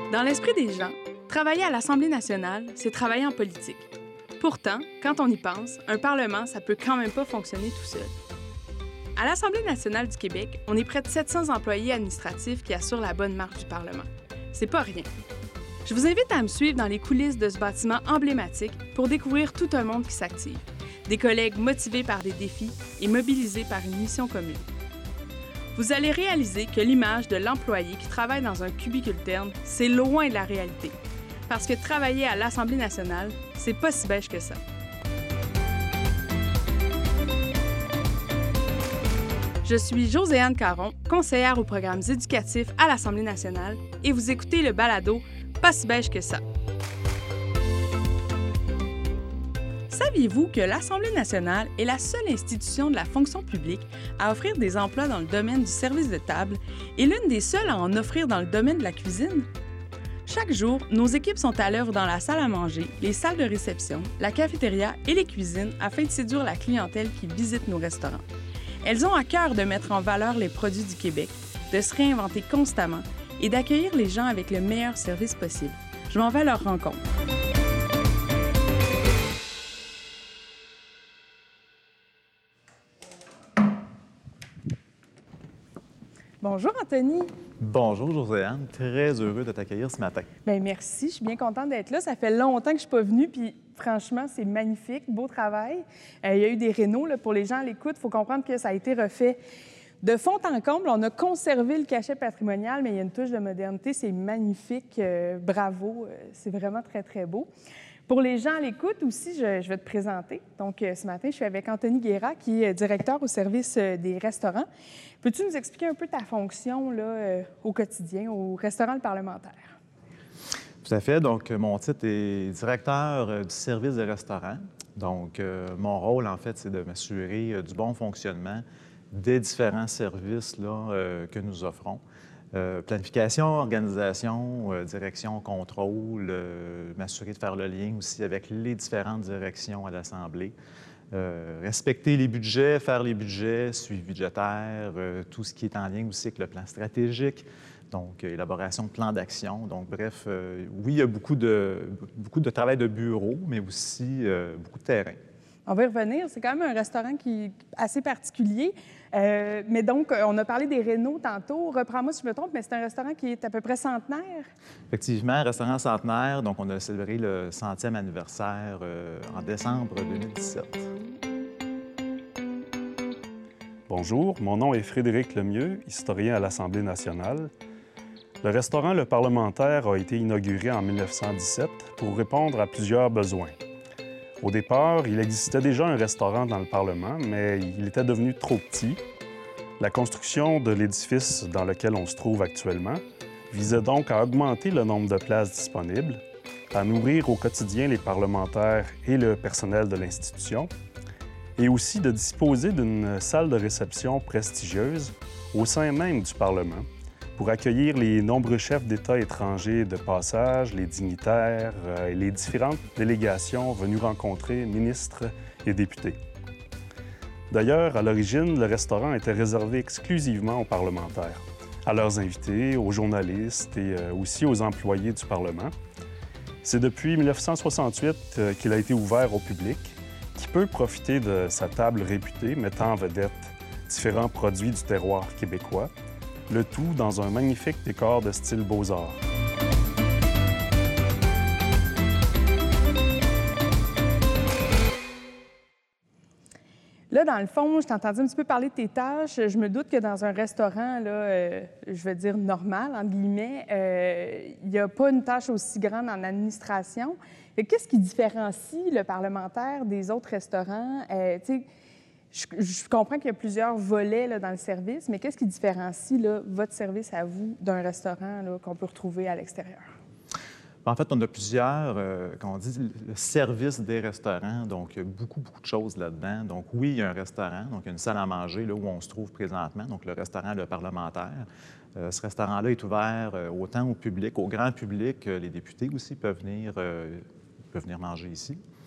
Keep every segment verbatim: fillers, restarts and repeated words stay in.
Dans l'esprit des gens, travailler à l'Assemblée nationale, c'est travailler en politique. Pourtant, quand on y pense, un Parlement, ça peut quand même pas fonctionner tout seul. À l'Assemblée nationale du Québec, on est près de sept cents employés administratifs qui assurent la bonne marche du Parlement. C'est pas rien. Je vous invite à me suivre dans les coulisses de ce bâtiment emblématique pour découvrir tout un monde qui s'active. Des collègues motivés par des défis et mobilisés par une mission commune. Vous allez réaliser que l'image de l'employé qui travaille dans un cubicule terne, c'est loin de la réalité. Parce que travailler à l'Assemblée nationale, c'est pas si beige que ça. Je suis Joséanne Caron, conseillère aux programmes éducatifs à l'Assemblée nationale, et vous écoutez le balado Pas si beige que ça. Saviez-vous que l'Assemblée nationale est la seule institution de la fonction publique à offrir des emplois dans le domaine du service de table et l'une des seules à en offrir dans le domaine de la cuisine? Chaque jour, nos équipes sont à l'œuvre dans la salle à manger, les salles de réception, la cafétéria et les cuisines afin de séduire la clientèle qui visite nos restaurants. Elles ont à cœur de mettre en valeur les produits du Québec, de se réinventer constamment et d'accueillir les gens avec le meilleur service possible. Je m'en vais à leur rencontre. Bonjour Anthony. Bonjour Joséanne, très heureux de t'accueillir ce matin. Bien, merci, je suis bien contente d'être là. Ça fait longtemps que je ne suis pas venue, puis franchement, c'est magnifique, beau travail. Euh, il y a eu des rénaux, là, pour les gens à l'écoute, il faut comprendre que ça a été refait de fond en comble. On a conservé le cachet patrimonial, mais il y a une touche de modernité, c'est magnifique, euh, bravo, euh, c'est vraiment très, très beau. Pour les gens à l'écoute aussi, je, je vais te présenter. Donc, euh, ce matin, je suis avec Anthony Guérat, qui est directeur au service euh, des restaurants. Peux-tu nous expliquer un peu ta fonction là, euh, au quotidien, au restaurant Le Parlementaire? Tout à fait. Donc, mon titre est directeur euh, du service des restaurants. Donc, euh, mon rôle, en fait, c'est de m'assurer euh, du bon fonctionnement des différents services là, euh, que nous offrons. Euh, planification, organisation, euh, direction, contrôle, euh, m'assurer de faire le lien aussi avec les différentes directions à l'Assemblée. Euh, respecter les budgets, faire les budgets, suivi budgétaire, euh, tout ce qui est en lien aussi avec le plan stratégique, donc euh, élaboration de plans d'action. Donc, bref, euh, oui, il y a beaucoup de, beaucoup de travail de bureau, mais aussi euh, beaucoup de terrain. On va y revenir. C'est quand même un restaurant qui est assez particulier. Euh, mais donc, on a parlé des rénaux tantôt. Reprends-moi si je me trompe, mais c'est un restaurant qui est à peu près centenaire. Effectivement, restaurant centenaire. Donc, on a célébré le centième anniversaire euh, en décembre deux mille dix-sept. Bonjour, mon nom est Frédéric Lemieux, historien à l'Assemblée nationale. Le restaurant Le Parlementaire a été inauguré en mille neuf cent dix-sept pour répondre à plusieurs besoins. Au départ, il existait déjà un restaurant dans le Parlement, mais il était devenu trop petit. La construction de l'édifice dans lequel on se trouve actuellement visait donc à augmenter le nombre de places disponibles, à nourrir au quotidien les parlementaires et le personnel de l'institution, et aussi de disposer d'une salle de réception prestigieuse au sein même du Parlement pour accueillir les nombreux chefs d'État étrangers de passage, les dignitaires euh, et les différentes délégations venues rencontrer ministres et députés. D'ailleurs, à l'origine, le restaurant était réservé exclusivement aux parlementaires, à leurs invités, aux journalistes et euh, aussi aux employés du Parlement. C'est depuis mille neuf cent soixante-huit euh, qu'il a été ouvert au public, qui peut profiter de sa table réputée mettant en vedette différents produits du terroir québécois, le tout dans un magnifique décor de style Beaux-Arts. Là, dans le fond, je t'ai entendu un petit peu parler de tes tâches. Je me doute que dans un restaurant, là, euh, je vais dire normal, entre guillemets, euh, il n'y a pas une tâche aussi grande en administration. Qu'est-ce qui différencie le parlementaire des autres restaurants? Euh, tu sais, Je, je comprends qu'il y a plusieurs volets là, dans le service, mais qu'est-ce qui différencie là, votre service à vous d'un restaurant là, qu'on peut retrouver à l'extérieur? En fait, on a plusieurs, euh, comme on dit, le service des restaurants. Donc, il y a beaucoup, beaucoup de choses là-dedans. Donc, oui, il y a un restaurant, donc il y a une salle à manger là, où on se trouve présentement, donc le restaurant Le Parlementaire. Euh, ce restaurant-là est ouvert euh, autant au public, au grand public. Euh, les députés aussi peuvent venir, euh, peuvent venir manger ici.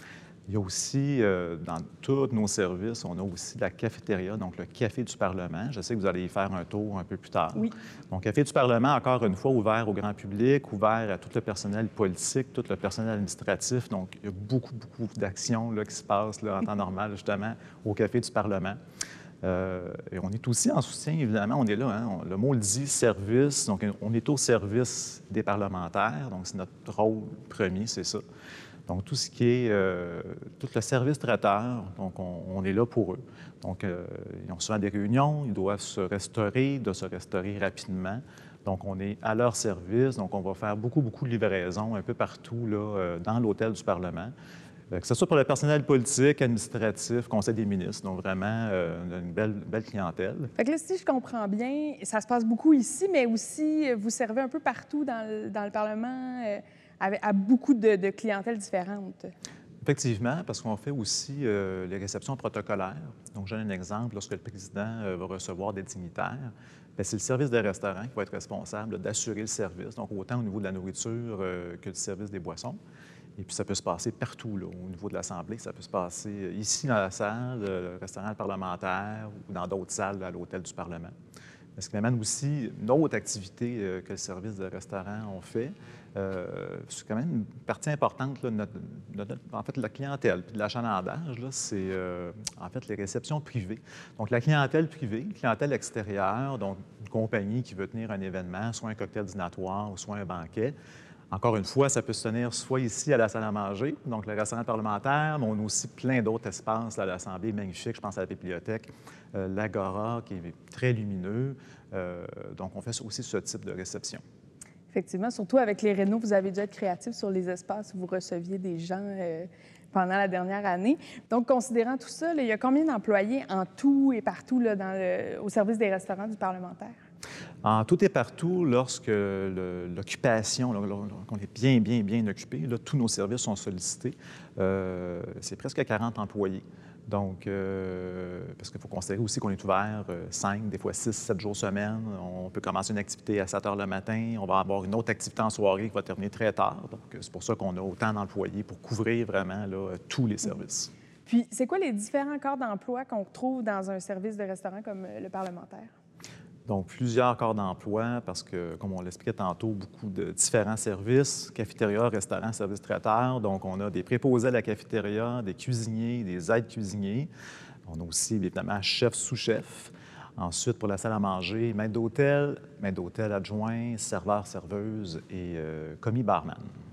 Il y a aussi, euh, dans tous nos services, on a aussi la cafétéria, donc le Café du Parlement. Je sais que vous allez y faire un tour un peu plus tard. Oui. Donc, Café du Parlement, encore une fois, ouvert au grand public, ouvert à tout le personnel politique, tout le personnel administratif. Donc, il y a beaucoup, beaucoup d'actions là, qui se passent là, en temps normal, justement, au Café du Parlement. Euh, et on est aussi en soutien, évidemment, on est là, hein, on, le mot le dit, service. Donc, on est au service des parlementaires. Donc, c'est notre rôle premier, c'est ça. Donc, tout ce qui est, euh, tout le service traiteur, donc on, on est là pour eux. Donc, euh, ils ont souvent des réunions, ils doivent se restaurer, ils doivent se restaurer rapidement. Donc, on est à leur service. Donc, on va faire beaucoup, beaucoup de livraisons un peu partout là, euh, dans l'hôtel du Parlement. Euh, que ce soit pour le personnel politique, administratif, conseil des ministres. Donc, vraiment, euh, une belle, belle clientèle. Fait que là, si je comprends bien, ça se passe beaucoup ici, mais aussi, vous servez un peu partout dans le, dans le Parlement, euh, avec, à beaucoup de, de clientèles différentes. Effectivement, parce qu'on fait aussi euh, les réceptions protocolaires. Donc, je donne un exemple. Lorsque le président euh, va recevoir des dignitaires, bien, c'est le service des restaurants qui va être responsable d'assurer le service, donc autant au niveau de la nourriture euh, que du service des boissons. Et puis, ça peut se passer partout, là, au niveau de l'Assemblée. Ça peut se passer ici dans la salle, le restaurant parlementaire ou dans d'autres salles à l'hôtel du Parlement. Ce qui m'amène aussi une autre activité euh, que le service de restaurant on fait. Euh, c'est quand même une partie importante là, de notre, de notre, en fait, de la clientèle puis de l'achalandage, c'est euh, en fait les réceptions privées. Donc, la clientèle privée, clientèle extérieure, donc une compagnie qui veut tenir un événement, soit un cocktail dînatoire ou soit un banquet. Encore une fois, ça peut se tenir soit ici à la salle à manger, donc le restaurant parlementaire, mais on a aussi plein d'autres espaces là, à l'Assemblée magnifiques. Je pense à la bibliothèque, euh, l'Agora, qui est très lumineux. Euh, donc, on fait aussi ce type de réception. Effectivement, surtout avec les rénaux, vous avez dû être créatif sur les espaces où vous receviez des gens euh, pendant la dernière année. Donc, considérant tout ça, là, il y a combien d'employés en tout et partout là, dans le, au service des restaurants du parlementaire? En tout et partout, lorsque l'occupation, qu'on est bien, bien, bien occupé, là, tous nos services sont sollicités, euh, c'est presque quarante employés. Donc, euh, parce qu'il faut considérer aussi qu'on est ouvert cinq, des fois six, sept jours semaine. On peut commencer une activité à sept heures le matin. On va avoir une autre activité en soirée qui va terminer très tard. Donc, c'est pour ça qu'on a autant d'employés pour couvrir vraiment là, tous les services. Puis, c'est quoi les différents corps d'emploi qu'on retrouve dans un service de restaurant comme le parlementaire? Donc, plusieurs corps d'emploi parce que, comme on l'expliquait tantôt, beaucoup de différents services, cafétéria, restaurant, service traiteur. Donc, on a des préposés à la cafétéria, des cuisiniers, des aides-cuisiniers. On a aussi, évidemment, chef, sous-chef. Ensuite, pour la salle à manger, maître d'hôtel, maître d'hôtel adjoint, serveur, serveuse et euh, commis barman.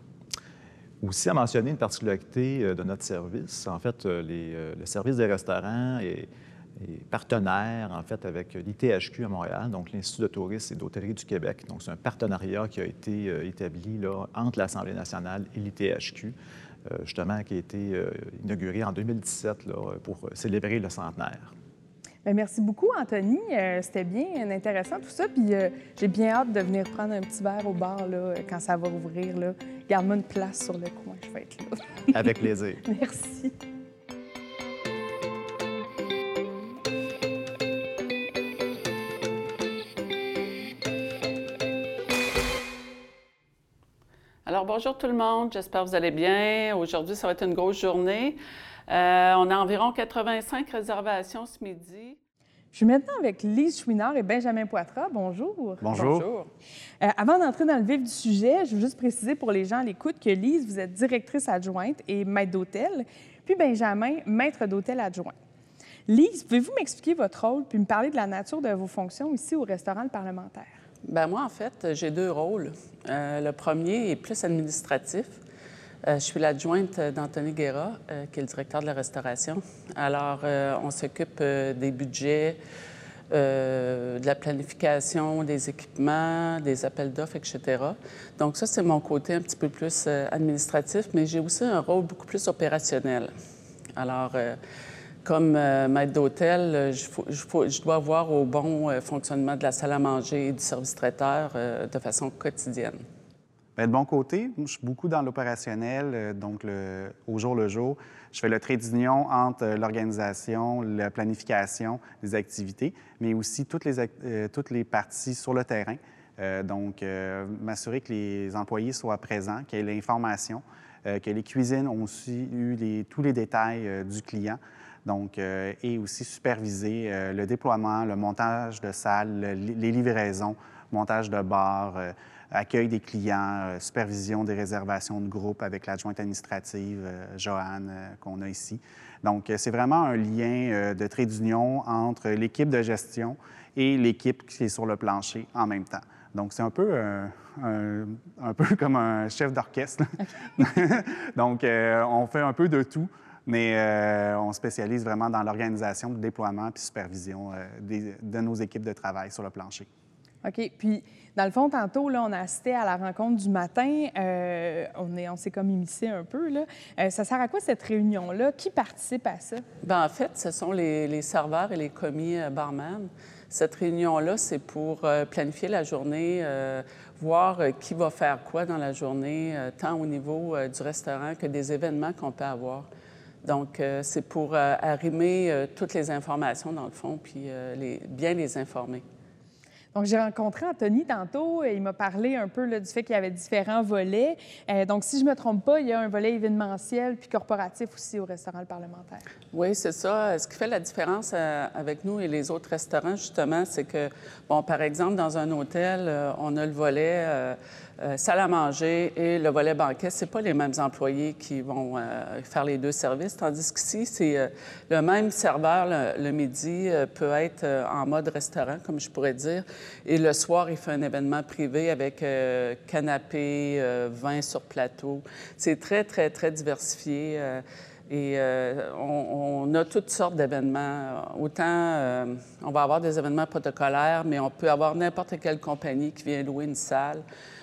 Aussi, à mentionner une particularité de notre service, en fait, les, le service des restaurants est et partenaire, en fait, avec l'I T H Q à Montréal, donc l'Institut de tourisme et d'hôtellerie du Québec. Donc, c'est un partenariat qui a été euh, établi là, entre l'Assemblée nationale et l'I T H Q, euh, justement, qui a été euh, inauguré en deux mille dix-sept là, pour célébrer le centenaire. Bien, merci beaucoup, Anthony. Euh, c'était bien intéressant tout ça. Puis euh, j'ai bien hâte de venir prendre un petit verre au bar là, quand ça va ouvrir. Là. Garde-moi une place sur le coin, je vais être là. Avec plaisir. Merci. Alors, bonjour tout le monde, j'espère que vous allez bien. Aujourd'hui, ça va être une grosse journée. Euh, on a environ quatre-vingt-cinq réservations ce midi. Je suis maintenant avec Lise Chouinard et Benjamin Poitras. Bonjour. Bonjour. Bonjour. Euh, avant d'entrer dans le vif du sujet, je veux juste préciser pour les gens à l'écoute que Lise, vous êtes directrice adjointe et maître d'hôtel, puis Benjamin, maître d'hôtel adjoint. Lise, pouvez-vous m'expliquer votre rôle puis me parler de la nature de vos fonctions ici au restaurant Le Parlementaire? Bien, moi, en fait, j'ai deux rôles. Euh, le premier est plus administratif. Euh, je suis l'adjointe d'Anthony Guerra, euh, qui est le directeur de la restauration. Alors, euh, on s'occupe euh, des budgets, euh, de la planification, des équipements, des appels d'offres, et cetera. Donc, ça, c'est mon côté un petit peu plus euh, administratif, mais j'ai aussi un rôle beaucoup plus opérationnel. Alors, euh, Comme euh, maître d'hôtel, je, je, je dois voir au bon euh, fonctionnement de la salle à manger et du service traiteur euh, de façon quotidienne. Bien, de mon côté, je suis beaucoup dans l'opérationnel, euh, donc le, au jour le jour. Je fais le trait d'union entre euh, l'organisation, la planification des activités, mais aussi toutes les, euh, toutes les parties sur le terrain. Euh, donc, euh, m'assurer que les employés soient présents, qu'il y ait l'information. euh, que les cuisines ont aussi eu les, tous les détails euh, du client. Donc, euh, et aussi superviser euh, le déploiement, le montage de salles, le, les livraisons, montage de bars, euh, accueil des clients, euh, supervision des réservations de groupe avec l'adjointe administrative, euh, Joanne, euh, qu'on a ici. Donc, euh, c'est vraiment un lien euh, de trait d'union entre l'équipe de gestion et l'équipe qui est sur le plancher en même temps. Donc, c'est un peu, euh, un, un peu comme un chef d'orchestre. Donc, euh, on fait un peu de tout. Mais euh, on spécialise vraiment dans l'organisation, le déploiement puis supervision euh, des, de nos équipes de travail sur le plancher. OK. Puis, dans le fond, tantôt, là, on a assisté à la rencontre du matin. Euh, on est, on s'est comme immiscé un peu, là. Euh, ça sert à quoi, cette réunion-là? Qui participe à ça? Bien, en fait, ce sont les, les serveurs et les commis euh, barman. Cette réunion-là, c'est pour euh, planifier la journée, euh, voir euh, qui va faire quoi dans la journée, euh, tant au niveau euh, du restaurant que des événements qu'on peut avoir. Donc, euh, c'est pour euh, arrimer euh, toutes les informations, dans le fond, puis euh, les, bien les informer. Donc, j'ai rencontré Anthony tantôt et il m'a parlé un peu là, du fait qu'il y avait différents volets. Euh, donc, si je ne me trompe pas, il y a un volet événementiel puis corporatif aussi au restaurant Le Parlementaire. Oui, c'est ça. Ce qui fait la différence euh, avec nous et les autres restaurants, justement, c'est que, bon, par exemple, dans un hôtel, euh, on a le volet euh, euh, salle à manger et le volet banquet. Ce n'est pas les mêmes employés qui vont euh, faire les deux services, tandis qu'ici, c'est euh, le même serveur le, le midi euh, peut être euh, en mode restaurant, comme je pourrais dire. Et le soir, il fait un événement privé avec euh, canapé, euh, vin sur plateau. C'est très, très, très diversifié. Euh, et euh, on, on a toutes sortes d'événements. Autant, euh, on va avoir des événements protocolaires, mais on peut avoir n'importe quelle compagnie qui vient louer une salle.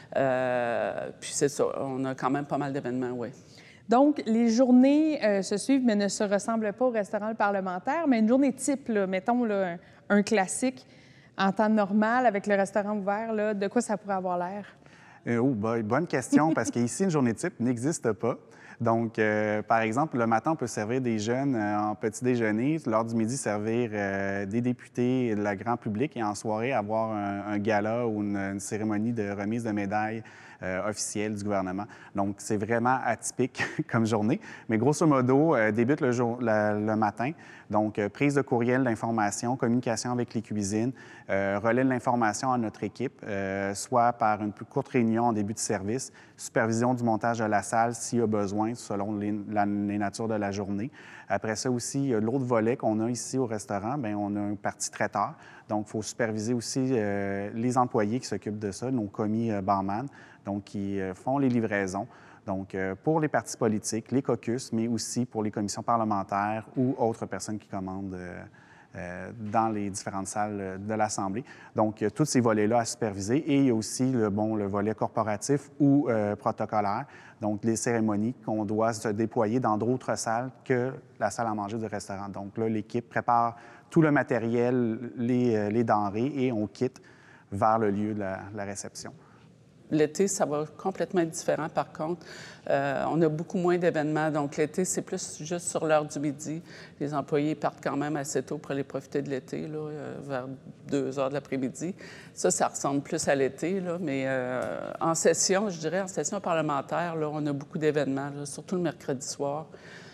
Euh, puis c'est ça, on a quand même pas mal d'événements, oui. Donc, les journées euh, se suivent, mais ne se ressemblent pas au restaurant Le Parlementaire. Mais une journée type, là, mettons là, un, un classique, en temps normal, avec le restaurant ouvert, là, de quoi ça pourrait avoir l'air? Euh, oh, boy, bonne question, parce qu'ici, une journée type n'existe pas. Donc, euh, par exemple, le matin, on peut servir des jeunes euh, en petit déjeuner. L'heure du midi, servir euh, des députés et le grand public. Et en soirée, avoir un, un gala ou une, une cérémonie de remise de médailles euh, officielle du gouvernement. Donc, c'est vraiment atypique comme journée. Mais grosso modo, euh, débute le, jour, la, le matin. Donc, euh, prise de courriel d'information, communication avec les cuisines, euh, relais de l'information à notre équipe, euh, soit par une plus courte réunion en début de service, supervision du montage de la salle s'il y a besoin, selon les, la, les natures de la journée. Après ça aussi, il y a l'autre volet qu'on a ici au restaurant, bien, on a un parti traiteur. Donc, il faut superviser aussi euh, les employés qui s'occupent de ça, nos commis euh, barman, donc qui euh, font les livraisons. Donc, euh, pour les partis politiques, les caucus, mais aussi pour les commissions parlementaires ou autres personnes qui commandent euh, euh, dans les différentes salles de l'Assemblée. Donc, il y a tous ces volets-là à superviser. Et il y a aussi le, bon, le volet corporatif ou euh, protocolaire, donc les cérémonies qu'on doit se déployer dans d'autres salles que la salle à manger du restaurant. Donc là, l'équipe prépare tout le matériel, les, les denrées, et on quitte vers le lieu de la, la réception. L'été, ça va complètement être différent, par contre. Euh, on a beaucoup moins d'événements. Donc, l'été, c'est plus juste sur l'heure du midi. Les employés partent quand même assez tôt pour aller profiter de l'été, là, euh, vers deux heures de l'après-midi. Ça, ça ressemble plus à l'été, là. Mais euh, en session, je dirais, en session parlementaire, là, on a beaucoup d'événements, là, surtout le mercredi soir.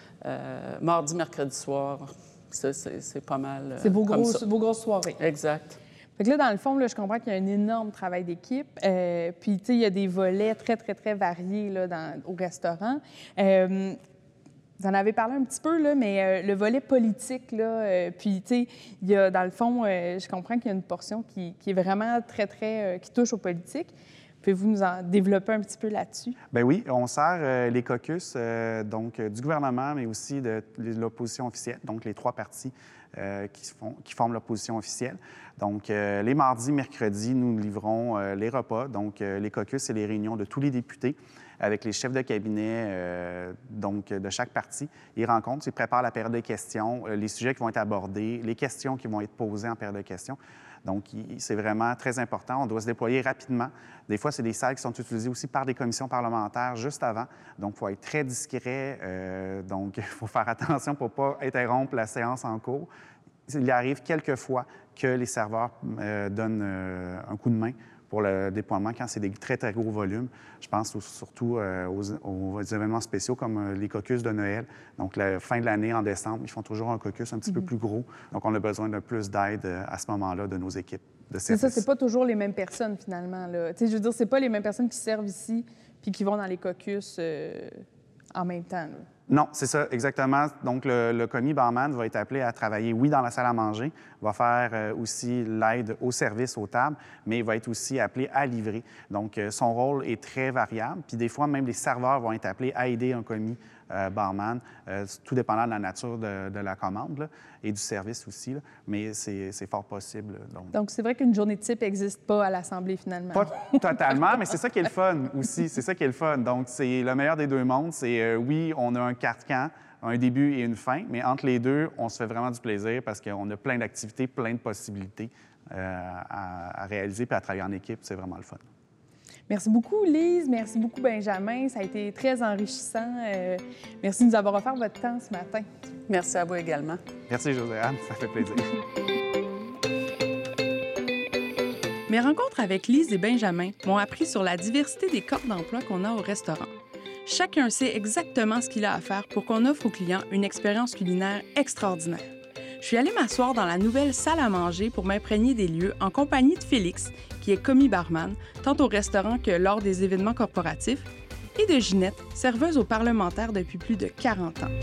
Euh, mardi, mercredi soir, ça, c'est, c'est pas mal. Euh, c'est vos, comme grosses, ça. vos grosses soirées. Exact. Fait que là, dans le fond, là, je comprends qu'il y a un énorme travail d'équipe. Euh, puis, tu sais, il y a des volets très, très, très variés là, dans, au restaurant. Euh, vous en avez parlé un petit peu, là, mais euh, le volet politique, là, euh, puis, tu sais, il y a, dans le fond, euh, je comprends qu'il y a une portion qui, qui est vraiment très, très... Euh, qui touche aux politiques. Pouvez-vous nous en développer un petit peu là-dessus? Bien oui, on sert euh, les caucus, euh, donc, euh, du gouvernement, mais aussi de, de l'opposition officielle, donc les trois partis euh, qui, font, qui forment l'opposition officielle. Donc, euh, les mardis, mercredis, nous livrons euh, les repas. Donc, euh, les caucus, c'est les réunions de tous les députés avec les chefs de cabinet euh, donc, de chaque parti. Ils rencontrent, ils préparent la période de questions, euh, les sujets qui vont être abordés, les questions qui vont être posées en période de questions. Donc, c'est vraiment très important. On doit se déployer rapidement. Des fois, c'est des salles qui sont utilisées aussi par des commissions parlementaires juste avant. Donc, il faut être très discret. Euh, donc, il faut faire attention pour ne pas interrompre la séance en cours. Il arrive quelquefois que les serveurs euh, donnent euh, un coup de main pour le déploiement quand c'est des très, très gros volumes. Je pense au- surtout euh, aux, aux événements spéciaux comme euh, les caucus de Noël. Donc, la fin de l'année, en décembre, ils font toujours un caucus un petit peu plus gros. Donc, on a besoin de plus d'aide euh, à ce moment-là de nos équipes de C'est service. ça, c'est pas toujours les mêmes personnes, finalement. Là. Tu sais, je veux dire, c'est pas les mêmes personnes qui servent ici puis qui vont dans les caucus euh, en même temps. Là. Non, c'est ça, exactement. Donc, le, le commis barman va être appelé à travailler, oui, dans la salle à manger, va faire euh, aussi l'aide au service, aux tables, mais il va être aussi appelé à livrer. Donc, euh, son rôle est très variable. Puis, des fois, même les serveurs vont être appelés à aider un commis euh, barman, euh, tout dépendant de la nature de, de la commande là, et du service aussi. Là. Mais c'est c'est fort possible. Donc, Donc, c'est vrai qu'une journée type n'existe pas à l'Assemblée, finalement. Pas totalement, mais c'est ça qui est le fun aussi. C'est ça qui est le fun. Donc, c'est le meilleur des deux mondes. C'est, euh, oui, on a un carcan, un début et une fin, mais entre les deux, on se fait vraiment du plaisir parce qu'on a plein d'activités, plein de possibilités euh, à, à réaliser puis à travailler en équipe. C'est vraiment le fun. Merci beaucoup, Lise. Merci beaucoup, Benjamin. Ça a été très enrichissant. Euh, merci de nous avoir offert votre temps ce matin. Merci à vous également. Merci, Josiane. Ça fait plaisir. Mes rencontres avec Lise et Benjamin m'ont appris sur la diversité des corps d'emploi qu'on a au restaurant. Chacun sait exactement ce qu'il a à faire pour qu'on offre aux clients une expérience culinaire extraordinaire. Je suis allée m'asseoir dans la nouvelle salle à manger pour m'imprégner des lieux en compagnie de Félix, qui est commis barman, tant au restaurant que lors des événements corporatifs, et de Ginette, serveuse aux parlementaires depuis plus de quarante ans.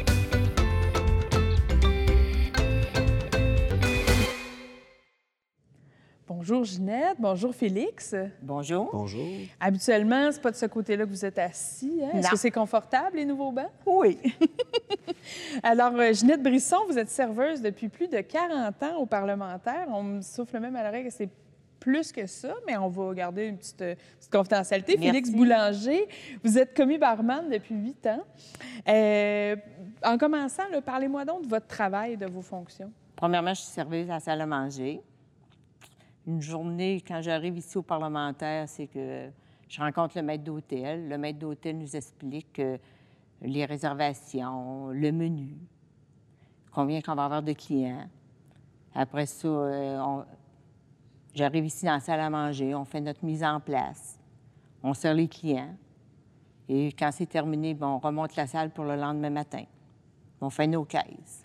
Bonjour Ginette, bonjour Félix. Bonjour. Bonjour. Habituellement, c'est pas de ce côté-là que vous êtes assis. Hein? Est-ce Non. que c'est confortable, les nouveaux bancs? Oui. Alors, euh, Ginette Brisson, vous êtes serveuse depuis plus de quarante ans aux parlementaires. On me souffle même à l'oreille que c'est plus que ça, mais on va garder une petite, euh, petite confidentialité. Merci. Félix Boulanger, vous êtes commis barman depuis huit ans. Euh, en commençant, là, parlez-moi donc de votre travail et de vos fonctions. Premièrement, je suis serveuse à la salle à manger. Une journée, quand j'arrive ici au parlementaire, c'est que je rencontre le maître d'hôtel. Le maître d'hôtel nous explique euh, les réservations, le menu, combien qu'on va avoir de clients. Après ça, euh, on- j'arrive ici dans la salle à manger, on fait notre mise en place, on sert les clients. Et quand c'est terminé, ben, on remonte la salle pour le lendemain matin. On fait nos caisses.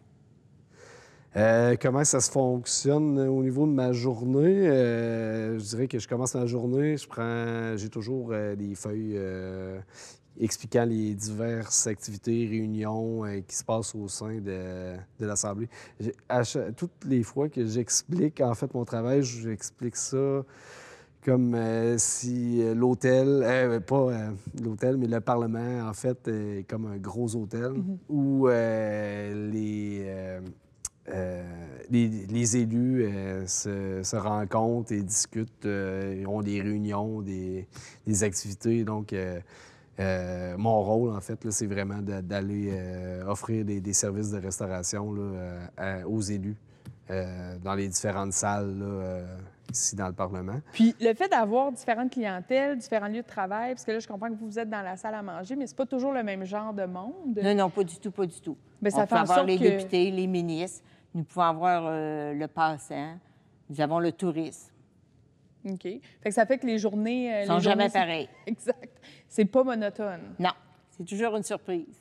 Euh, comment ça se fonctionne au niveau de ma journée? Euh, je dirais que je commence ma journée, je prends, j'ai toujours euh, des feuilles euh, expliquant les diverses activités, réunions euh, qui se passent au sein de, de l'Assemblée. J'ai- à chaque- toutes les fois que j'explique en fait mon travail, j'explique ça comme euh, si euh, l'hôtel, euh, pas euh, l'hôtel, mais le Parlement, en fait, est comme un gros hôtel où euh, les... euh, euh, les, les élus euh, se, se rencontrent et discutent, euh, ils ont des réunions, des, des activités. Donc, euh, euh, mon rôle, en fait, là, c'est vraiment de- d'aller euh, offrir des, des services de restauration là, euh, à- aux élus euh, dans les différentes salles là, euh, ici dans le Parlement. Puis le fait d'avoir différentes clientèles, différents lieux de travail, parce que là, je comprends que vous êtes dans la salle à manger, mais c'est pas toujours le même genre de monde. Non, non, pas du tout, pas du tout. Ben, ça on fait peut en avoir sorte les que- députés, les ministres, nous pouvons avoir euh, le passant, nous avons le tourisme. OK. Fait que ça fait que les journées... euh, Ils sont les jamais journées, c'est- pareils. Exact. C'est pas monotone. Non, c'est toujours une surprise.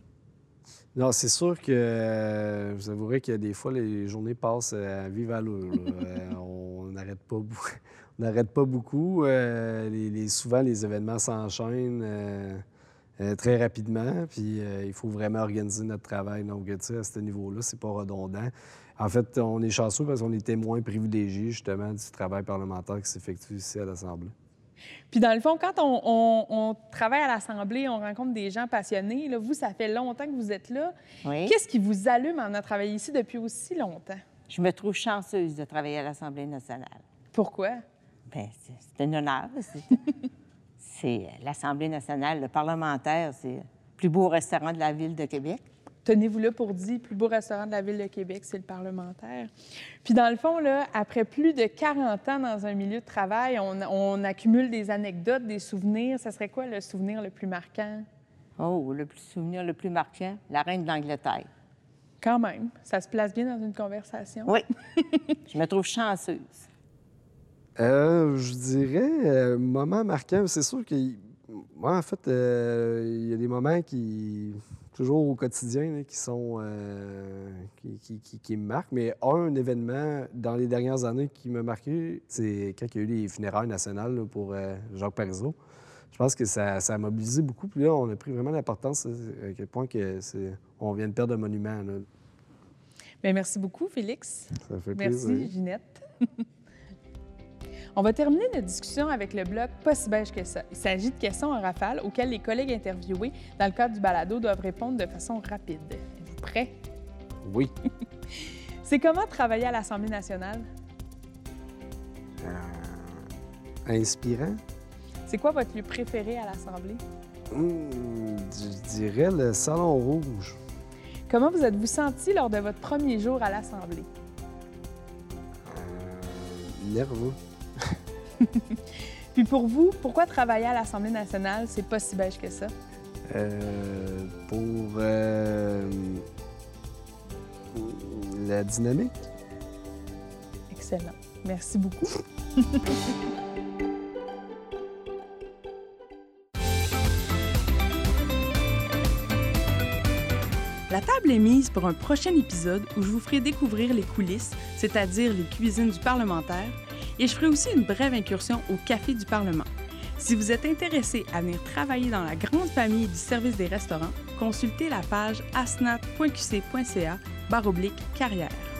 Non, c'est sûr que euh, je vous avouerai qu'il y a des fois, les journées passent à vive allure. là. Euh, on n'arrête pas, bou- on n'arrête pas beaucoup. Euh, les, les- souvent, les événements s'enchaînent euh, euh, très rapidement. Puis euh, il faut vraiment organiser notre travail. Donc, tu sais, à ce niveau-là, c'est pas redondant. En fait, on est chanceux parce qu'on est témoins privilégiés, justement, du travail parlementaire qui s'effectue ici à l'Assemblée. Puis dans le fond, quand on, on- on travaille à l'Assemblée, on rencontre des gens passionnés. Là, vous, ça fait longtemps que vous êtes là. Oui. Qu'est-ce qui vous allume en a travaillé ici depuis aussi longtemps? Je me trouve chanceuse de travailler à l'Assemblée nationale. Pourquoi? Bien, c'est c'est un honneur. C'est- C'est l'Assemblée nationale, le parlementaire, c'est le plus beau restaurant de la ville de Québec. Tenez-vous là pour dire, plus beau restaurant de la Ville de Québec, c'est le parlementaire. Puis dans le fond, là, après plus de quarante ans dans un milieu de travail, on, on accumule des anecdotes, des souvenirs. Ça serait quoi le souvenir le plus marquant? Oh, le plus souvenir le plus marquant, la reine d'Angleterre. Quand même, ça se place bien dans une conversation. Oui, je me trouve chanceuse. Euh, je dirais, euh, moment marquant, c'est sûr que moi, en fait, euh, il y a des moments qui, toujours au quotidien, là, qui sont, euh, qui, qui, qui, qui me marquent. Mais un événement dans les dernières années qui m'a marqué, c'est quand il y a eu les funérailles nationales là, pour euh, Jacques Parizeau. Je pense que ça, ça a mobilisé beaucoup. Puis là, on a pris vraiment l'importance à quel point que c'est, on vient de perdre un monument. Là. Bien, merci beaucoup, Félix. Ça fait Merci, plaisir. Ginette. On va terminer notre discussion avec le bloc Pas si beige que ça. Il s'agit de questions en rafale auxquelles les collègues interviewés dans le cadre du balado doivent répondre de façon rapide. Êtes-vous prêts? Oui. C'est comment travailler à l'Assemblée nationale? Euh, inspirant. C'est quoi votre lieu préféré à l'Assemblée? Hum, je dirais le Salon Rouge. Comment vous êtes-vous senti lors de votre premier jour à l'Assemblée? Euh, nerveux. Puis pour vous, pourquoi travailler à l'Assemblée nationale, c'est pas si beige que ça? Euh, pour euh, la dynamique. Excellent. Merci beaucoup. La table est mise pour un prochain épisode où je vous ferai découvrir les coulisses, c'est-à-dire les cuisines du parlementaire, et je ferai aussi une brève incursion au Café du Parlement. Si vous êtes intéressé à venir travailler dans la grande famille du service des restaurants, consultez la page asnat point q c point c a barre oblique carrière.